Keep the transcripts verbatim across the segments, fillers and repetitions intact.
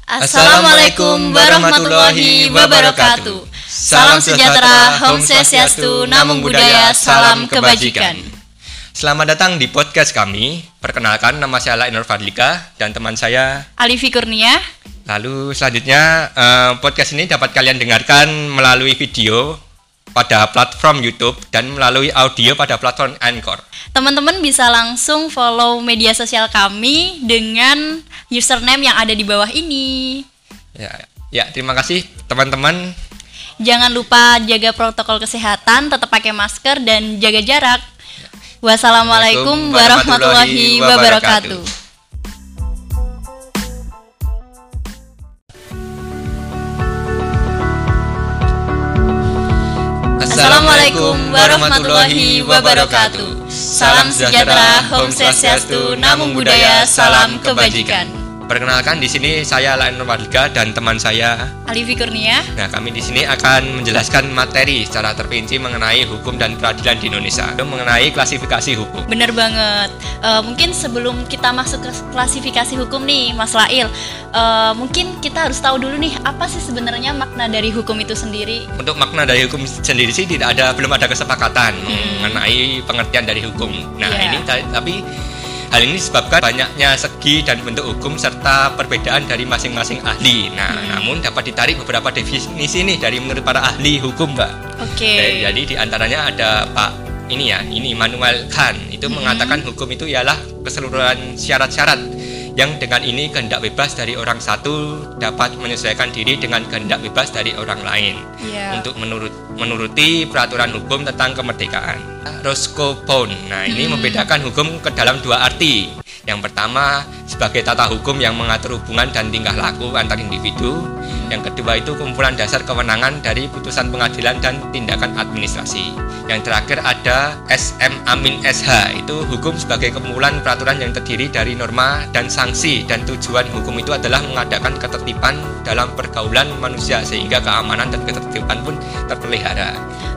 Assalamualaikum warahmatullahi wabarakatuh. Salam sejahtera, Om Swastiastu, Namo Buddhaya, salam kebajikan. Selamat datang di podcast kami. Perkenalkan, nama saya Lainur Fadlika dan teman saya Alifi Kurnia. Lalu selanjutnya eh, podcast ini dapat kalian dengarkan melalui video pada platform YouTube dan melalui audio pada platform Anchor. Teman-teman bisa langsung follow media sosial kami dengan username yang ada di bawah ini. Ya, ya terima kasih teman-teman. Jangan lupa jaga protokol kesehatan, tetap pakai masker dan jaga jarak. Wassalamualaikum warahmatullahi wabarakatuh. Assalamualaikum warahmatullahi wabarakatuh. Salam sejahtera, Om Swastiastu, Namo Buddhaya, salam kebajikan. Perkenalkan, di sini saya Lainur Fadlika dan teman saya Alifi Kurnia. Nah, kami di sini akan menjelaskan materi secara terperinci mengenai hukum dan peradilan di Indonesia, mengenai klasifikasi hukum. Bener banget. Uh, mungkin sebelum kita masuk ke klasifikasi hukum nih, Mas Lail, uh, mungkin kita harus tahu dulu nih apa sih sebenarnya makna dari hukum itu sendiri. Untuk makna dari hukum sendiri sih tidak ada, belum ada kesepakatan hmm. mengenai pengertian dari hukum. Nah, yeah. ini tapi hal ini disebabkan banyaknya segi dan bentuk hukum serta perbedaan dari masing-masing ahli. Nah, hmm. namun dapat ditarik beberapa definisi nih dari menurut para ahli hukum, Mbak. Oke. Okay. Jadi di antaranya ada Pak ini ya, ini Immanuel Kant itu hmm. mengatakan hukum itu ialah keseluruhan syarat-syarat yang dengan ini kehendak bebas dari orang satu dapat menyesuaikan diri dengan kehendak bebas dari orang lain yeah. untuk menurut menuruti peraturan hukum tentang kemerdekaan. Roscoe Pound. Nah, ini hmm. membedakan hukum ke dalam dua arti. Yang pertama sebagai tata hukum yang mengatur hubungan dan tingkah laku antar individu. Yang kedua itu kumpulan dasar kewenangan dari putusan pengadilan dan tindakan administrasi. Yang terakhir ada S M Amin S H, itu hukum sebagai kumpulan peraturan yang terdiri dari norma dan sanksi, dan tujuan hukum itu adalah mengadakan ketertiban dalam pergaulan manusia sehingga keamanan dan ketertiban pun terpelihara.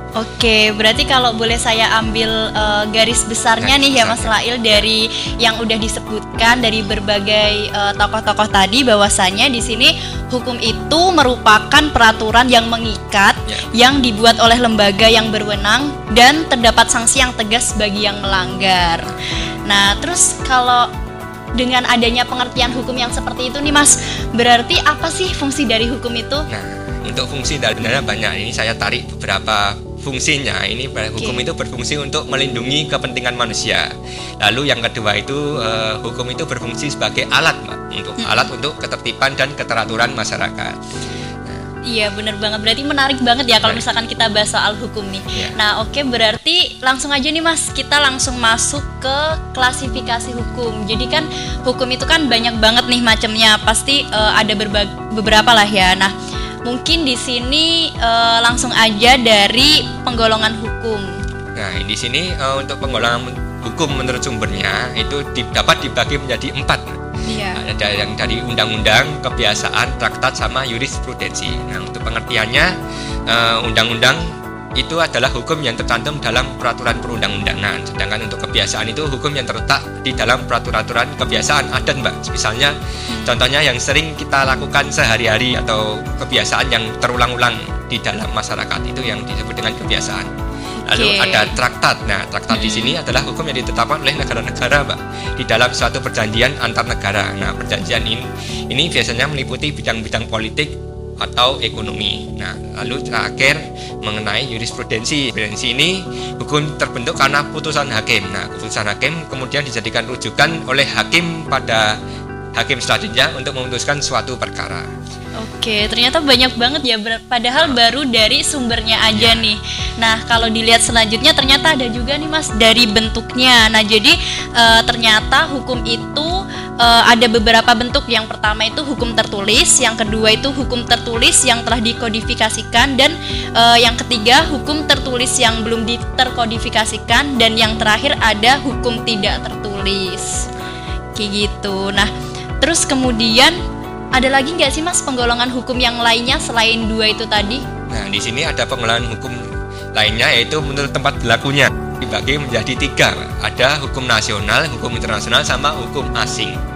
Oke, berarti kalau boleh saya ambil uh, garis besarnya garis nih besarnya. ya Mas Lail, dari yang udah disebutkan dari berbagai uh, tokoh-tokoh tadi, bahwasanya di sini hukum itu merupakan peraturan yang mengikat ya. yang dibuat oleh lembaga yang berwenang dan terdapat sanksi yang tegas bagi yang melanggar. Nah, terus kalau dengan adanya pengertian hukum yang seperti itu nih Mas, berarti apa sih fungsi dari hukum itu? Nah, untuk fungsi sebenarnya banyak. Ini saya tarik beberapa fungsinya. Ini hukum okay. itu berfungsi untuk melindungi kepentingan manusia. Lalu yang kedua itu uh, hukum itu berfungsi sebagai alat, Mbak, untuk hmm. alat untuk ketertiban dan keteraturan masyarakat. Iya, bener banget. Berarti menarik banget ya kalau misalkan kita bahas soal hukum nih. Yeah. Nah, oke, okay, berarti langsung aja nih Mas, kita langsung masuk ke klasifikasi hukum. Jadi kan hukum itu kan banyak banget nih macamnya. Pasti uh, ada berbagai, beberapa lah ya. Nah, mungkin di sini uh, langsung aja dari penggolongan hukum. Nah, di sini uh, untuk penggolongan hukum menurut sumbernya itu di, dapat dibagi menjadi empat. Iya. Ada yang dari undang-undang, kebiasaan, traktat, sama jurisprudensi. Nah, untuk pengertiannya, uh, undang-undang itu adalah hukum yang tercantum dalam peraturan perundang-undangan. Sedangkan untuk kebiasaan itu hukum yang terletak di dalam peraturan kebiasaan adat, Mbak. Misalnya, hmm. contohnya yang sering kita lakukan sehari-hari atau kebiasaan yang terulang-ulang di dalam masyarakat, itu yang disebut dengan kebiasaan. Lalu okay. ada traktat. Nah, traktat hmm. di sini adalah hukum yang ditetapkan oleh negara-negara, Mbak, di dalam suatu perjanjian antar negara. Nah, perjanjian ini, ini biasanya meliputi bidang-bidang politik atau ekonomi. Nah, lalu terakhir mengenai jurisprudensi. Jurisprudensi ini hukum terbentuk karena putusan hakim. Nah, putusan hakim kemudian dijadikan rujukan oleh hakim pada hakim selanjutnya untuk memutuskan suatu perkara. Oke, ternyata banyak banget ya, padahal baru dari sumbernya aja ya. nih. Nah, kalau dilihat selanjutnya ternyata ada juga nih Mas dari bentuknya. Nah, jadi e, ternyata hukum itu e, ada beberapa bentuk. Yang pertama itu hukum tertulis, yang kedua itu hukum tertulis yang telah dikodifikasikan, dan e, yang ketiga hukum tertulis yang belum diterkodifikasikan, dan yang terakhir ada hukum tidak tertulis. Kayak gitu. Nah, terus kemudian ada lagi nggak sih Mas penggolongan hukum yang lainnya selain dua itu tadi? Nah, di sini ada penggolongan hukum lainnya, yaitu menurut tempat berlakunya. Dibagi menjadi tiga, ada hukum nasional, hukum internasional, sama hukum asing.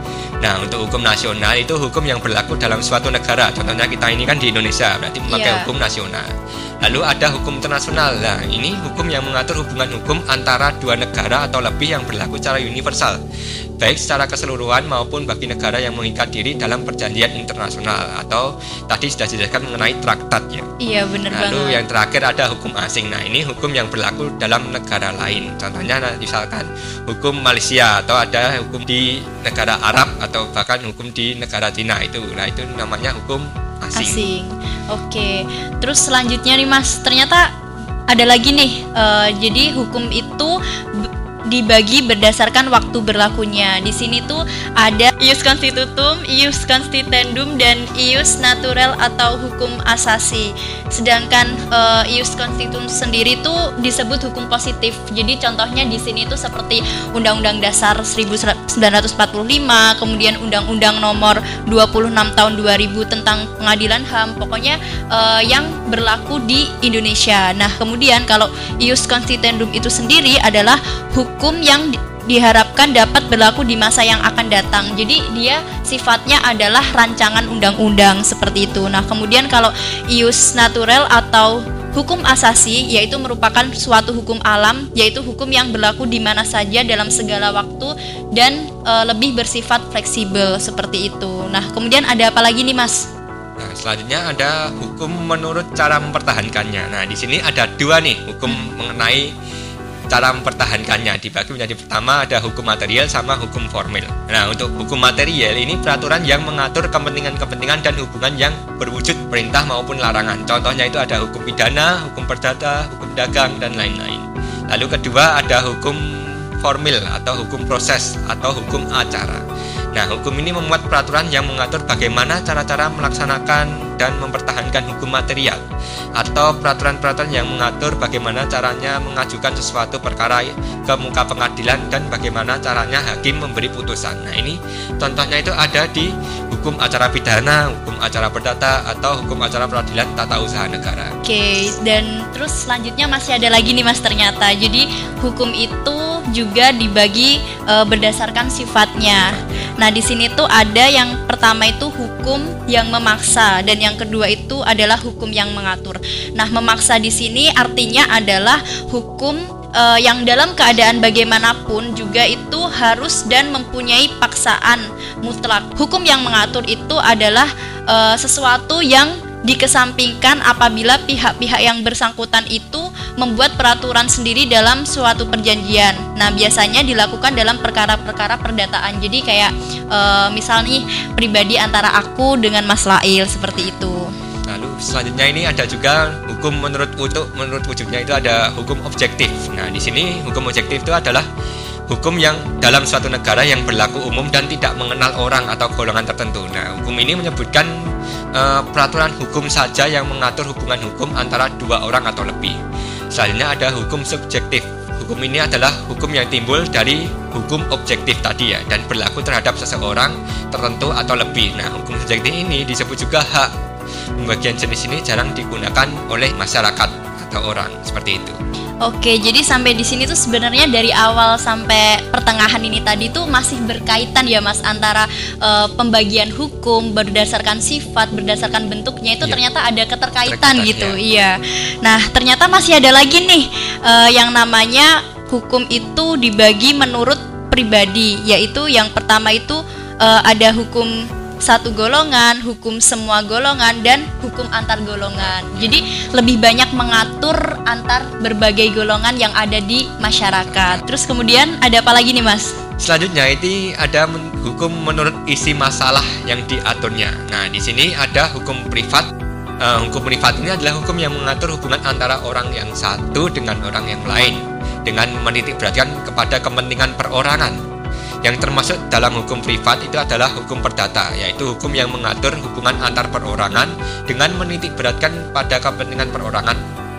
Nah, untuk hukum nasional itu hukum yang berlaku dalam suatu negara. Contohnya kita ini kan di Indonesia, berarti memakai Iya. hukum nasional. Lalu ada hukum internasional. Nah, ini hukum yang mengatur hubungan hukum antara dua negara atau lebih yang berlaku secara universal, baik secara keseluruhan maupun bagi negara yang mengikat diri dalam perjanjian internasional, atau tadi sudah dijelaskan mengenai traktat ya. Iya, bener Lalu banget. yang terakhir ada hukum asing. Nah, ini hukum yang berlaku dalam negara lain. Contohnya nah, misalkan hukum Malaysia, atau ada hukum di negara Arab, atau bahkan hukum di negara Cina itu. Nah, itu namanya hukum asing. Asing. Oke. Terus selanjutnya nih Mas, ternyata ada lagi nih. eh, jadi hukum itu b- dibagi berdasarkan waktu berlakunya. Di sini tuh ada ius constitutum, ius constituendum, dan ius natural atau hukum asasi. Sedangkan uh, ius constitutum sendiri tuh disebut hukum positif. Jadi contohnya di sini tuh seperti Undang-Undang Dasar seribu sembilan ratus empat puluh lima, kemudian Undang-Undang Nomor dua puluh enam Tahun dua ribu tentang Pengadilan H A M. Pokoknya uh, yang berlaku di Indonesia. Nah, kemudian kalau ius constituendum itu sendiri adalah hukum yang di- diharapkan dapat berlaku di masa yang akan datang. Jadi dia sifatnya adalah rancangan undang-undang seperti itu. Nah, kemudian kalau ius natural atau hukum asasi yaitu merupakan suatu hukum alam, yaitu hukum yang berlaku di mana saja dalam segala waktu dan e, lebih bersifat fleksibel seperti itu. Nah, kemudian ada apa lagi nih, Mas? Nah, selanjutnya ada hukum menurut cara mempertahankannya. Nah, di sini ada dua nih hukum mengenai cara mempertahankannya. Dibagi menjadi pertama ada hukum material sama hukum formil. Nah, untuk hukum material ini peraturan yang mengatur kepentingan-kepentingan dan hubungan yang berwujud perintah maupun larangan. Contohnya itu ada hukum pidana, hukum perdata, hukum dagang, dan lain-lain. Lalu kedua ada hukum formil atau hukum proses atau hukum acara. Nah, hukum ini memuat peraturan yang mengatur bagaimana cara-cara melaksanakan dan mempertahankan hukum material, atau peraturan-peraturan yang mengatur bagaimana caranya mengajukan sesuatu perkara ke muka pengadilan dan bagaimana caranya hakim memberi putusan. Nah, ini contohnya itu ada di hukum acara pidana, hukum acara perdata, atau hukum acara peradilan tata usaha negara. Oke, dan terus selanjutnya masih ada lagi nih, Mas, ternyata. Jadi hukum itu juga dibagi e, berdasarkan sifatnya. Nah, di sini tuh ada yang pertama itu hukum yang memaksa, dan yang kedua itu adalah hukum yang mengatur. Nah, memaksa di sini artinya adalah hukum uh, yang dalam keadaan bagaimanapun juga itu harus dan mempunyai paksaan mutlak. Hukum yang mengatur itu adalah uh, sesuatu yang dikesampingkan apabila pihak-pihak yang bersangkutan itu membuat peraturan sendiri dalam suatu perjanjian. Nah, biasanya dilakukan dalam perkara-perkara perdataan. Jadi kayak e, misal nih pribadi antara aku dengan Mas Lail seperti itu. Lalu selanjutnya ini ada juga hukum menurut wujud, menurut wujudnya itu ada hukum objektif. Nah, di sini hukum objektif itu adalah hukum yang dalam suatu negara yang berlaku umum dan tidak mengenal orang atau golongan tertentu. Nah, hukum ini menyebutkan uh, peraturan hukum saja yang mengatur hubungan hukum antara dua orang atau lebih. Selanjutnya ada hukum subjektif. Hukum ini adalah hukum yang timbul dari hukum objektif tadi ya, dan berlaku terhadap seseorang tertentu atau lebih. Nah, hukum subjektif ini disebut juga hak. Pembagian jenis ini jarang digunakan oleh masyarakat atau orang seperti itu. Oke, jadi sampai di sini tuh sebenarnya dari awal sampai pertengahan ini tadi tuh masih berkaitan ya, Mas, antara uh, pembagian hukum berdasarkan sifat, berdasarkan bentuknya itu Iya. ternyata ada keterkaitan Keterkaitan, gitu. ya. Iya. Nah, ternyata masih ada lagi nih uh, yang namanya hukum itu dibagi menurut pribadi, yaitu yang pertama itu uh, ada hukum satu golongan, hukum semua golongan, dan hukum antar golongan. Jadi lebih banyak mengatur antar berbagai golongan yang ada di masyarakat. Terus kemudian ada apa lagi nih, Mas? Selanjutnya ini ada men- hukum menurut isi masalah yang diaturnya. Nah, di sini ada hukum privat. Uh, hukum privat ini adalah hukum yang mengatur hubungan antara orang yang satu dengan orang yang lain dengan menitik beratkan kepada kepentingan perorangan. Yang termasuk dalam hukum privat itu adalah hukum perdata, yaitu hukum yang mengatur hubungan antar perorangan dengan menitik beratkan pada kepentingan perorangan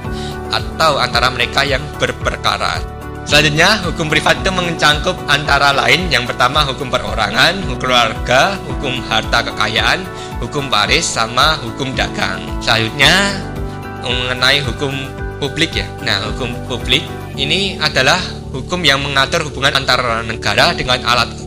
atau antara mereka yang berperkara. Selanjutnya, hukum privat itu mencangkup antara lain yang pertama hukum perorangan, hukum keluarga, hukum harta kekayaan, hukum waris, sama hukum dagang. Selanjutnya mengenai hukum publik ya. Nah, hukum publik ini adalah hukum yang mengatur hubungan antara negara dengan alat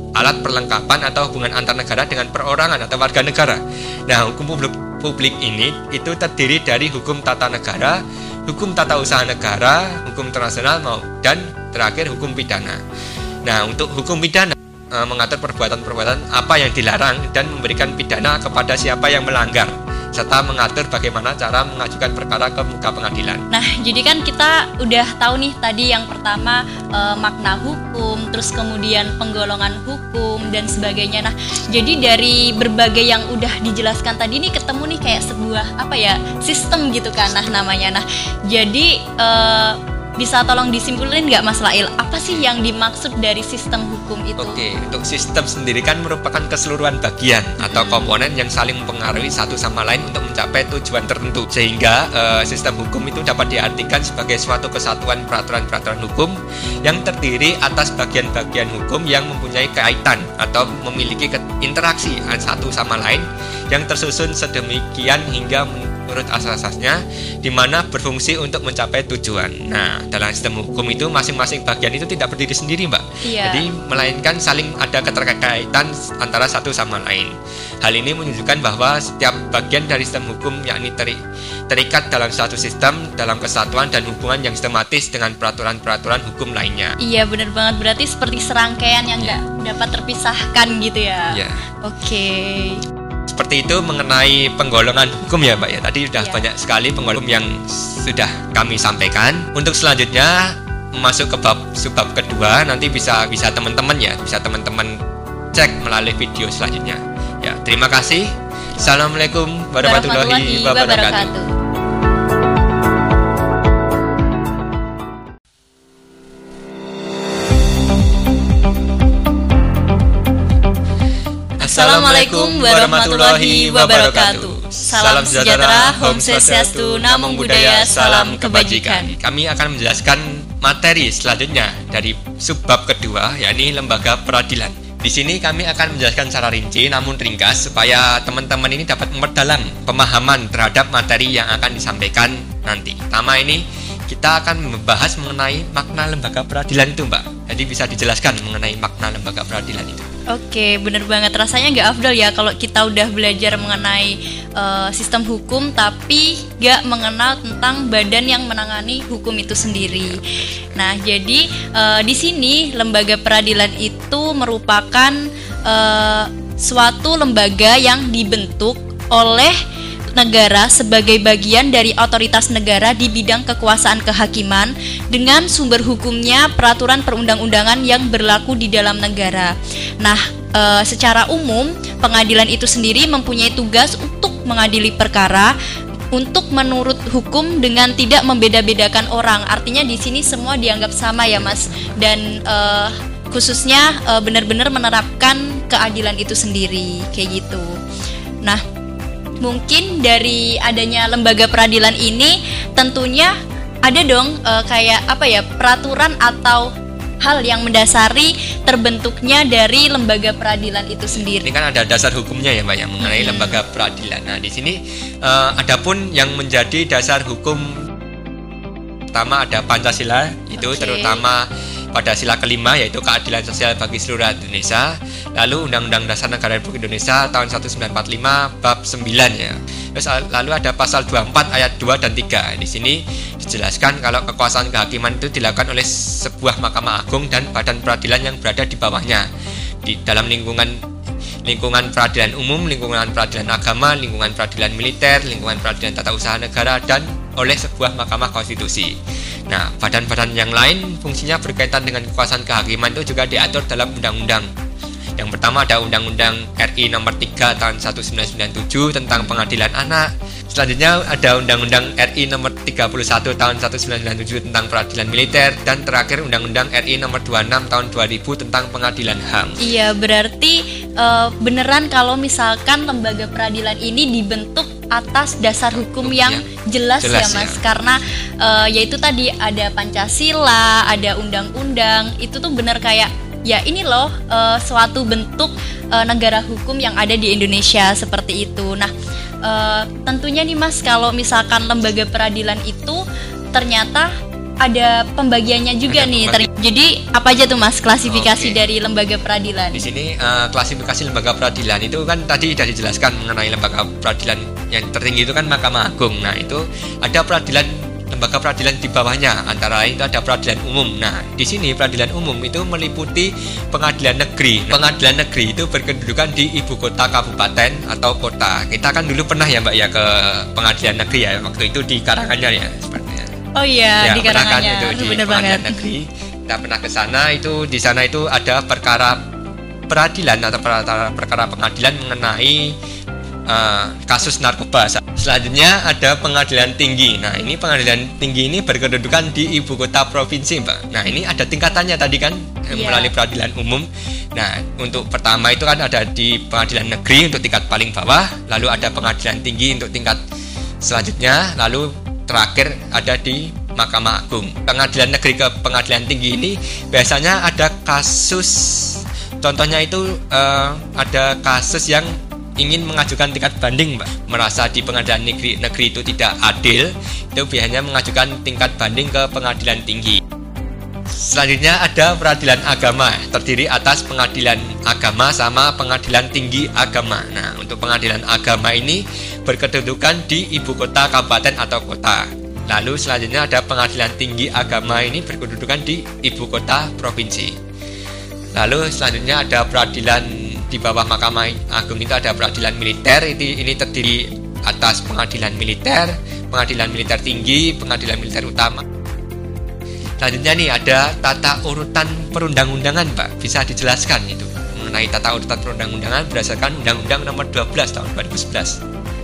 alat perlengkapan atau hubungan antar negara dengan perorangan atau warga negara. Nah, hukum publik, publik ini itu terdiri dari hukum tata negara, hukum tata usaha negara, hukum internasional, dan terakhir hukum pidana. Nah, untuk hukum pidana e, mengatur perbuatan-perbuatan apa yang dilarang dan memberikan pidana kepada siapa yang melanggar, serta mengatur bagaimana cara mengajukan perkara ke muka pengadilan. Nah, jadi kan kita udah tahu nih tadi yang pertama e, makna hukum, terus kemudian penggolongan hukum dan sebagainya. Nah, jadi dari berbagai yang udah dijelaskan tadi nih ketemu nih kayak sebuah apa ya sistem gitu kan, nah namanya. Nah, jadi e, bisa tolong disimpulin nggak Mas Lail, apa sih yang dimaksud dari sistem hukum itu? Oke, untuk sistem sendiri kan merupakan keseluruhan bagian atau komponen yang saling mempengaruhi satu sama lain untuk mencapai tujuan tertentu. Sehingga uh, sistem hukum itu dapat diartikan sebagai suatu kesatuan peraturan-peraturan hukum yang terdiri atas bagian-bagian hukum yang mempunyai kaitan atau memiliki interaksi satu sama lain yang tersusun sedemikian hingga menurut asas-asasnya, di mana berfungsi untuk mencapai tujuan. Nah, dalam sistem hukum itu masing-masing bagian itu tidak berdiri sendiri, Mbak. Iya. Jadi melainkan saling ada keterkaitan antara satu sama lain. Hal ini menunjukkan bahwa setiap bagian dari sistem hukum yakni teri, terikat dalam satu sistem, dalam kesatuan dan hubungan yang sistematis dengan peraturan-peraturan hukum lainnya. Iya, benar banget. Berarti seperti serangkaian yang nggak yeah. dapat terpisahkan gitu ya. Yeah. Oke. Okay. Seperti itu mengenai penggolongan hukum ya, Mbak ya. Tadi sudah yeah. banyak sekali penggolongan yang sudah kami sampaikan. Untuk selanjutnya masuk ke bab subbab kedua, nanti bisa bisa teman-teman ya, bisa teman-teman cek melalui video selanjutnya. Ya, terima kasih. Assalamualaikum warahmatullahi, warahmatullahi wabarakatuh. wabarakatuh. Assalamualaikum warahmatullahi wabarakatuh. Salam sejahtera, Om Swastiastu, Namo Buddhaya, salam kebajikan. Kami akan menjelaskan materi selanjutnya dari subbab kedua, yakni lembaga peradilan. Di sini kami akan menjelaskan secara rinci namun ringkas supaya teman-teman ini dapat memperdalam pemahaman terhadap materi yang akan disampaikan nanti. Pertama ini kita akan membahas mengenai makna lembaga peradilan itu, Mbak. Jadi bisa dijelaskan mengenai makna lembaga peradilan itu. Oke, bener banget. Rasanya nggak afdol ya kalau kita udah belajar mengenai uh, sistem hukum tapi nggak mengenal tentang badan yang menangani hukum itu sendiri. Nah, jadi uh, di sini lembaga peradilan itu merupakan uh, suatu lembaga yang dibentuk oleh negara sebagai bagian dari otoritas negara di bidang kekuasaan kehakiman dengan sumber hukumnya peraturan perundang-undangan yang berlaku di dalam negara. Nah, e, secara umum pengadilan itu sendiri mempunyai tugas untuk mengadili perkara untuk menurut hukum dengan tidak membeda-bedakan orang. Artinya di sini semua dianggap sama ya, Mas. Dan e, khususnya e, benar-benar menerapkan keadilan itu sendiri kayak gitu. Nah, mungkin dari adanya lembaga peradilan ini tentunya ada dong e, kayak apa ya peraturan atau hal yang mendasari terbentuknya dari lembaga peradilan itu sendiri. Ini kan ada dasar hukumnya ya, Mbak, yang mengenai hmm. lembaga peradilan. Nah, di sini e, adapun yang menjadi dasar hukum pertama ada Pancasila, itu okay. terutama pada sila kelima yaitu keadilan sosial bagi seluruh Indonesia. Lalu Undang-Undang Dasar Negara Republik Indonesia tahun seribu sembilan ratus empat puluh lima bab sembilan ya. Terus lalu ada pasal dua puluh empat ayat dua dan tiga. Di sini dijelaskan kalau kekuasaan kehakiman itu dilakukan oleh sebuah Mahkamah Agung dan badan peradilan yang berada di bawahnya. Di dalam lingkungan lingkungan peradilan umum, lingkungan peradilan agama, lingkungan peradilan militer, lingkungan peradilan tata usaha negara, dan oleh sebuah Mahkamah Konstitusi. Nah, badan-badan yang lain fungsinya berkaitan dengan kekuasaan kehakiman itu juga diatur dalam undang-undang. Yang pertama ada Undang-Undang R I nomor tiga tahun seribu sembilan ratus sembilan puluh tujuh tentang pengadilan anak. Selanjutnya ada Undang-Undang R I nomor tiga puluh satu tahun seribu sembilan ratus sembilan puluh tujuh tentang peradilan militer, dan terakhir Undang-Undang R I nomor dua puluh enam tahun dua ribu tentang pengadilan H A M. Iya, berarti e, beneran kalau misalkan lembaga peradilan ini dibentuk atas dasar hukum yang jelas, jelas ya, Mas. Ya. Karena e, yaitu tadi ada Pancasila, ada undang-undang, itu tuh bener kayak ya ini loh e, suatu bentuk e, negara hukum yang ada di Indonesia seperti itu. Nah, e, tentunya nih Mas, kalau misalkan lembaga peradilan itu ternyata ada pembagiannya juga Ada nih. pembagi- Ter- Jadi apa aja tuh Mas klasifikasi Oke. dari lembaga peradilan? Di sini eh, klasifikasi lembaga peradilan itu kan tadi sudah dijelaskan mengenai lembaga peradilan yang tertinggi itu kan Mahkamah Agung. Nah, itu ada peradilan lembaga peradilan di bawahnya, antara lain itu ada peradilan umum. Nah, di sini peradilan umum itu meliputi pengadilan negeri. Pengadilan negeri itu berkedudukan di ibu kota kabupaten atau kota. Kita kan dulu pernah ya Mbak ya ke pengadilan negeri ya, waktu itu di Karanganyar ya sepertinya. Oh iya, di pernah kan Karanganyar. itu di Bener pengadilan banget. negeri. Kita pernah ke sana, itu di sana itu ada perkara peradilan atau perkara, perkara pengadilan mengenai uh, kasus narkoba. Selanjutnya ada pengadilan tinggi. Nah, ini pengadilan tinggi ini berkedudukan di ibu kota provinsi, Mbak. Nah, ini ada tingkatannya tadi kan Iya. melalui peradilan umum. Nah, untuk pertama itu kan ada di pengadilan negeri untuk tingkat paling bawah, lalu ada pengadilan tinggi untuk tingkat selanjutnya, lalu terakhir ada di Mahkamah Agung. Pengadilan negeri ke pengadilan tinggi ini biasanya ada kasus, contohnya itu eh, ada kasus yang ingin mengajukan tingkat banding, Mbak. Merasa di pengadilan negeri, negeri itu tidak adil, itu biasanya mengajukan tingkat banding ke pengadilan tinggi. Selanjutnya ada peradilan agama, terdiri atas pengadilan agama sama pengadilan tinggi agama. Nah, untuk pengadilan agama ini berkedudukan di ibu kota kabupaten atau kota. Lalu selanjutnya ada pengadilan tinggi agama ini berkedudukan di ibu kota provinsi. Lalu selanjutnya ada peradilan di bawah Mahkamah Agung itu ada peradilan militer. Ini, ini terdiri atas pengadilan militer, pengadilan militer tinggi, pengadilan militer utama. Selanjutnya nih ada tata urutan perundang-undangan, Pak. Bisa dijelaskan itu mengenai tata urutan perundang-undangan berdasarkan Undang-Undang Nomor dua belas Tahun dua ribu sebelas.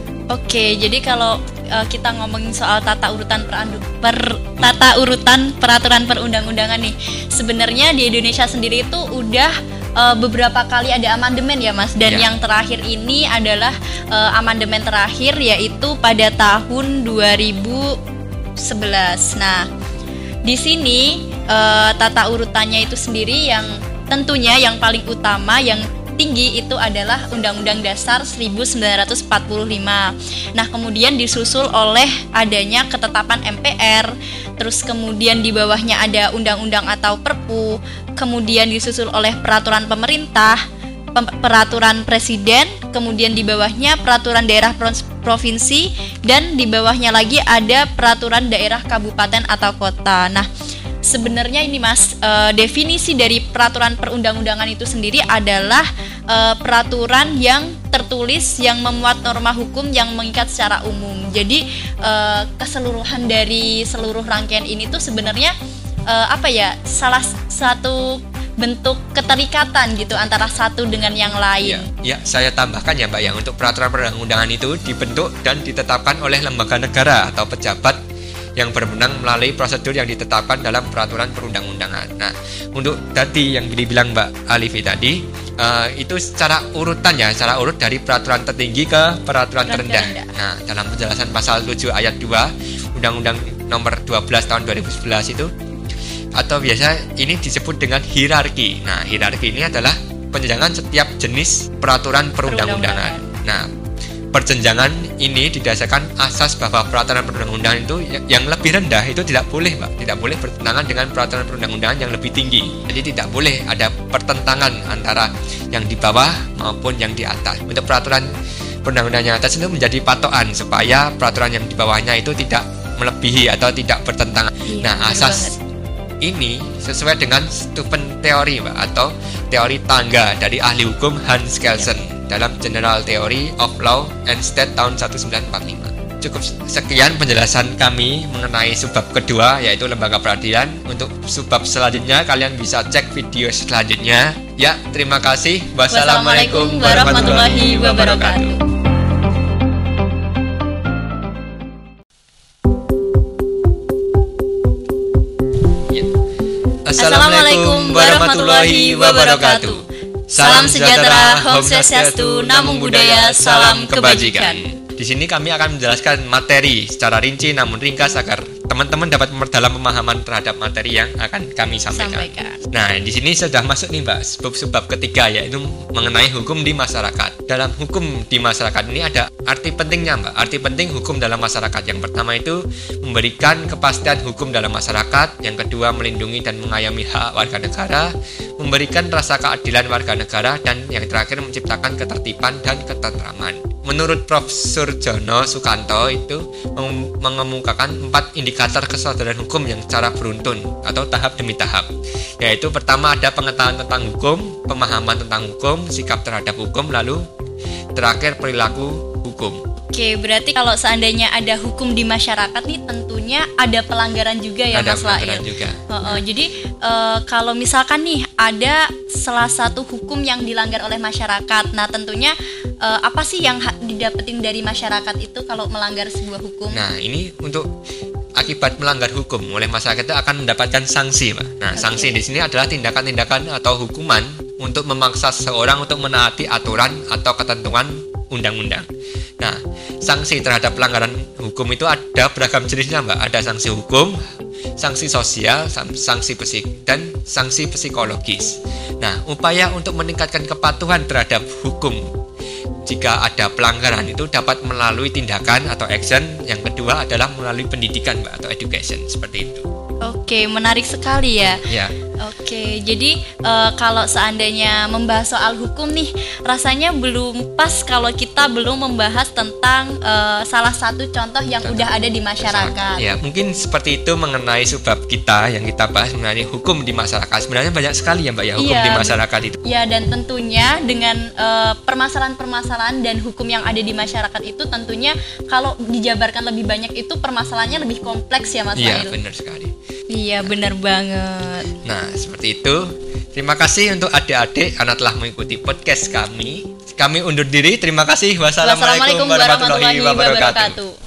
Oke, jadi kalau uh, kita ngomongin soal tata urutan perandu, per, tata urutan peraturan perundang-undangan nih, sebenarnya di Indonesia sendiri itu udah uh, beberapa kali ada amandemen ya Mas, dan Ya. yang terakhir ini adalah uh, amandemen terakhir yaitu pada tahun dua ribu sebelas. Nah, di sini uh, tata urutannya itu sendiri yang tentunya yang paling utama, yang tinggi itu adalah Undang-Undang Dasar seribu sembilan ratus empat puluh lima. Nah, kemudian disusul oleh adanya ketetapan M P R, terus kemudian di bawahnya ada undang-undang atau Perpu, kemudian disusul oleh peraturan pemerintah, pem- peraturan presiden, kemudian di bawahnya peraturan daerah pro- provinsi, dan di bawahnya lagi ada peraturan daerah kabupaten atau kota. Nah, sebenarnya ini Mas, e, definisi dari peraturan perundang-undangan itu sendiri adalah e, peraturan yang tertulis yang memuat norma hukum yang mengikat secara umum. Jadi e, keseluruhan dari seluruh rangkaian ini tuh sebenarnya e, apa ya, salah satu bentuk keterikatan gitu antara satu dengan yang lain. Ya, ya, saya tambahkan ya Mbak ya, untuk peraturan perundang-undangan itu dibentuk dan ditetapkan oleh lembaga negara atau pejabat yang berwenang melalui prosedur yang ditetapkan dalam peraturan perundang-undangan. Nah, untuk tadi yang dibilang Mbak Alifi tadi, uh, itu secara urutan ya, secara urut dari peraturan tertinggi ke peraturan terendah. Nah, dalam penjelasan pasal tujuh ayat dua Undang-Undang Nomor dua belas Tahun dua ribu sebelas itu, atau biasa ini disebut dengan hierarki. Nah, hierarki ini adalah penjenjangan setiap jenis peraturan perundang-undangan. Nah, perjenjangan ini didasarkan asas bahwa peraturan perundang-undangan itu yang lebih rendah itu tidak boleh, Pak, tidak boleh bertentangan dengan peraturan perundang-undangan yang lebih tinggi. Jadi tidak boleh ada pertentangan antara yang di bawah maupun yang di atas. Untuk peraturan perundang-undangan yang atas itu menjadi patokan supaya peraturan yang di bawahnya itu tidak melebihi atau tidak bertentangan. Iya, nah, asas ini sesuai dengan Steuben teori, Pak, atau teori tangga dari ahli hukum Hans Kelsen dalam General Theory of Law and State tahun seribu sembilan ratus empat puluh lima. Cukup sekian penjelasan kami mengenai subbab kedua, yaitu lembaga peradilan. Untuk subbab selanjutnya kalian bisa cek video selanjutnya. Ya, terima kasih. Wassalamualaikum warahmatullahi wabarakatuh. Assalamualaikum warahmatullahi wabarakatuh. Salam sejahtera, Om Swastiastu, Namo Buddhaya, salam kebajikan. Di sini kami akan menjelaskan materi secara rinci namun ringkas agar teman-teman dapat memperdalam pemahaman terhadap materi yang akan kami sampaikan. sampaikan. Nah, di sini sudah masuk nih Mbak, sebab-sebab ketiga, yaitu mengenai hukum di masyarakat. Dalam hukum di masyarakat ini ada arti pentingnya Mbak. Arti penting hukum dalam masyarakat. Yang pertama itu memberikan kepastian hukum dalam masyarakat. Yang kedua melindungi dan mengayomi hak warga negara, memberikan rasa keadilan warga negara, dan yang terakhir menciptakan ketertiban dan ketentraman. Menurut Profesor Jono Sukanto itu mengemukakan empat indikator kesadaran hukum yang secara beruntun atau tahap demi tahap. Yaitu pertama ada pengetahuan tentang hukum, pemahaman tentang hukum, sikap terhadap hukum, lalu terakhir perilaku hukum. Oke, berarti kalau seandainya ada hukum di masyarakat nih tentunya ada pelanggaran juga ya ada Mas Lail. Juga. Oh, oh, jadi e, kalau misalkan nih ada salah satu hukum yang dilanggar oleh masyarakat, nah tentunya e, apa sih yang ha- didapetin dari masyarakat itu kalau melanggar sebuah hukum? Nah, ini untuk akibat melanggar hukum oleh masyarakat itu akan mendapatkan sanksi, Pak. Nah, okay. Sanksi di sini adalah tindakan-tindakan atau hukuman untuk memaksa seseorang untuk menaati aturan atau ketentuan undang-undang. Nah, sanksi terhadap pelanggaran hukum itu ada beragam jenisnya, Mbak. Ada sanksi hukum, sanksi sosial, sanksi psik dan sanksi psikologis. Nah, upaya untuk meningkatkan kepatuhan terhadap hukum jika ada pelanggaran itu dapat melalui tindakan atau action. Yang kedua adalah melalui pendidikan, Mbak, atau education, seperti itu. Oke, menarik sekali ya. Ya. Oke, jadi e, kalau seandainya membahas soal hukum nih, rasanya belum pas kalau kita belum membahas tentang e, salah satu contoh yang contoh udah ada di masyarakat. Ya, mungkin seperti itu mengenai sebab kita yang kita bahas mengenai hukum di masyarakat. Sebenarnya banyak sekali ya Mbak ya hukum ya, di masyarakat itu. Ya, dan tentunya dengan e, permasalahan-permasalahan dan hukum yang ada di masyarakat itu tentunya kalau dijabarkan lebih banyak itu permasalahannya lebih kompleks ya Mas Lail. Iya, benar sekali. Iya, benar banget. Nah, seperti itu. Terima kasih untuk adik-adik karena telah mengikuti podcast kami. Kami undur diri. Terima kasih. Wassalamualaikum warahmatullahi wabarakatuh.